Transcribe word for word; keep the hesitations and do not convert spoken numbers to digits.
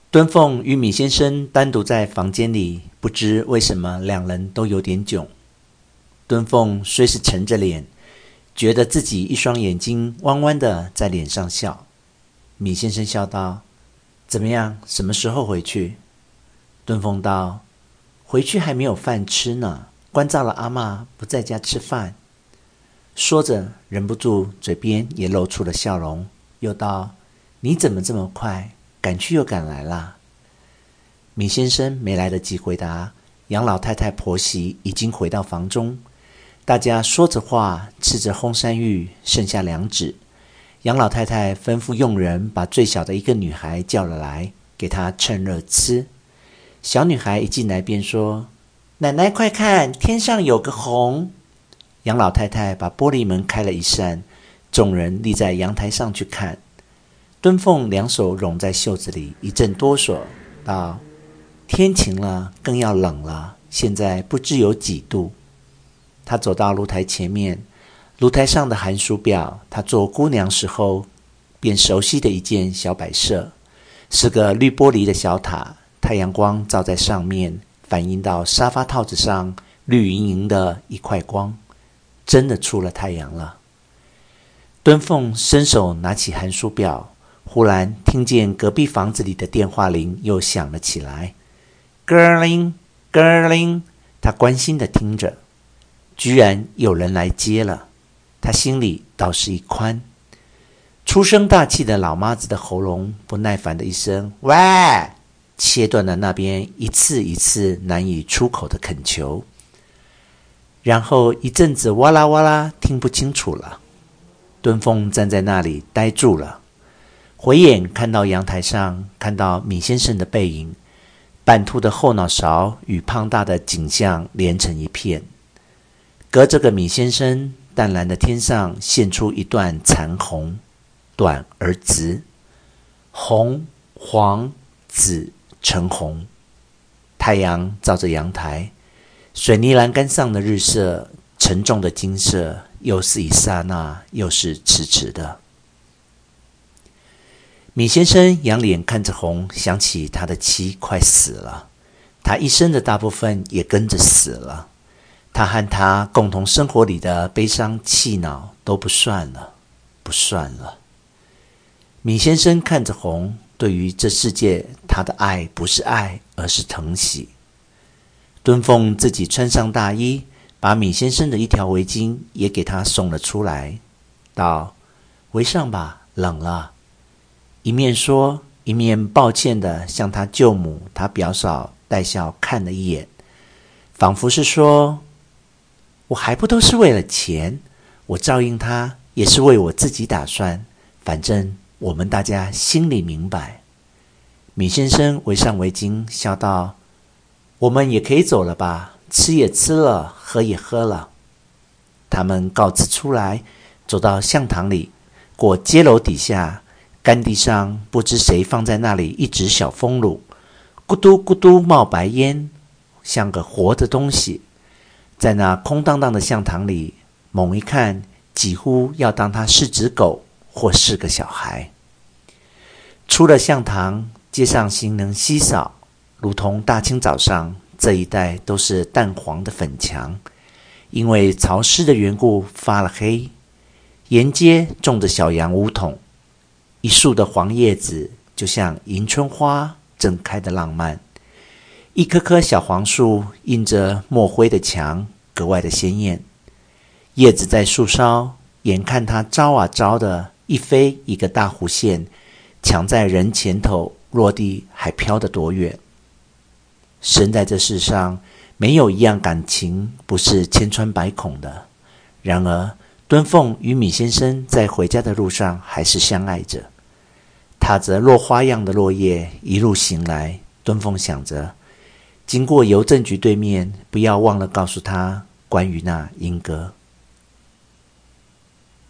敦凤与米先生单独在房间里，不知为什么两人都有点囧。敦凤虽是沉着脸，觉得自己一双眼睛弯弯的在脸上笑。米先生笑道：怎么样，什么时候回去？敦凤道：回去还没有饭吃呢，关照了阿嬷不在家吃饭。说着忍不住嘴边也露出了笑容，又道：你怎么这么快，赶去又赶来啦？米先生没来得及回答，杨老太太婆媳已经回到房中，大家说着话，吃着烘山芋，剩下两指。杨老太太吩咐佣人把最小的一个女孩叫了来，给她趁热吃。小女孩一进来便说：奶奶快看，天上有个虹。杨老太太把玻璃门开了一扇，众人立在阳台上去看。敦凤两手拢在袖子里，一阵哆嗦，道：天晴了，更要冷了，现在不知有几度。她走到炉台前面，炉台上的寒暑表，她做姑娘时候便熟悉的一件小摆设，是个绿玻璃的小塔，太阳光照在上面，反映到沙发套子上，绿莹莹的一块光，真的出了太阳了。敦凤伸手拿起寒暑表，忽然听见隔壁房子里的电话铃又响了起来，咯铃咯铃，她关心地听着，居然有人来接了，她心里倒是一宽。粗声大气的老妈子的喉咙不耐烦的一声喂，切断了那边一次一次难以出口的恳求，然后一阵子哇啦哇啦听不清楚了。敦凤站在那里呆住了，回眼看到阳台上，看到米先生的背影，半秃的后脑勺与胖大的颈项连成一片。隔着个米先生，淡蓝的天上现出一段残红，短而直，红黄紫橙红。太阳照着阳台，水泥栏杆上的日色，沉重的金色，又是一刹那，又是迟迟的。米先生仰脸看着红，想起他的妻快死了，他一生的大部分也跟着死了，他和他共同生活里的悲伤气恼都不算了，不算了。米先生看着红，对于这世界，他的爱不是爱，而是疼惜。敦凤自己穿上大衣，把米先生的一条围巾也给他送了出来，道：围上吧，冷了。一面说，一面抱歉地向他舅母、他表嫂带笑看了一眼，仿佛是说：我还不都是为了钱，我照应他也是为我自己打算，反正我们大家心里明白。米先生围上围巾，笑道：我们也可以走了吧，吃也吃了，喝也喝了。他们告辞出来，走到巷堂里，过街楼底下，干地上不知谁放在那里一只小风炉，咕嘟咕嘟冒白烟，像个活的东西。在那空荡荡的巷堂里，猛一看，几乎要当它是只狗或是个小孩。出了巷堂，街上行人稀少，如同大清早上，这一带都是淡黄的粉墙，因为潮湿的缘故发了黑。沿街种着小洋梧桐，一树的黄叶子就像迎春花正开的浪漫，一棵棵小黄树映着墨灰的墙，格外的鲜艳。叶子在树梢，眼看它招啊招的，一飞一个大弧线，抢在人前头，落地还飘得多远。生在这世上，没有一样感情不是千疮百孔的。然而敦凤与米先生在回家的路上还是相爱着，踏着落花样的落叶一路行来。敦凤想着，经过邮政局对面，不要忘了告诉他关于那莺歌。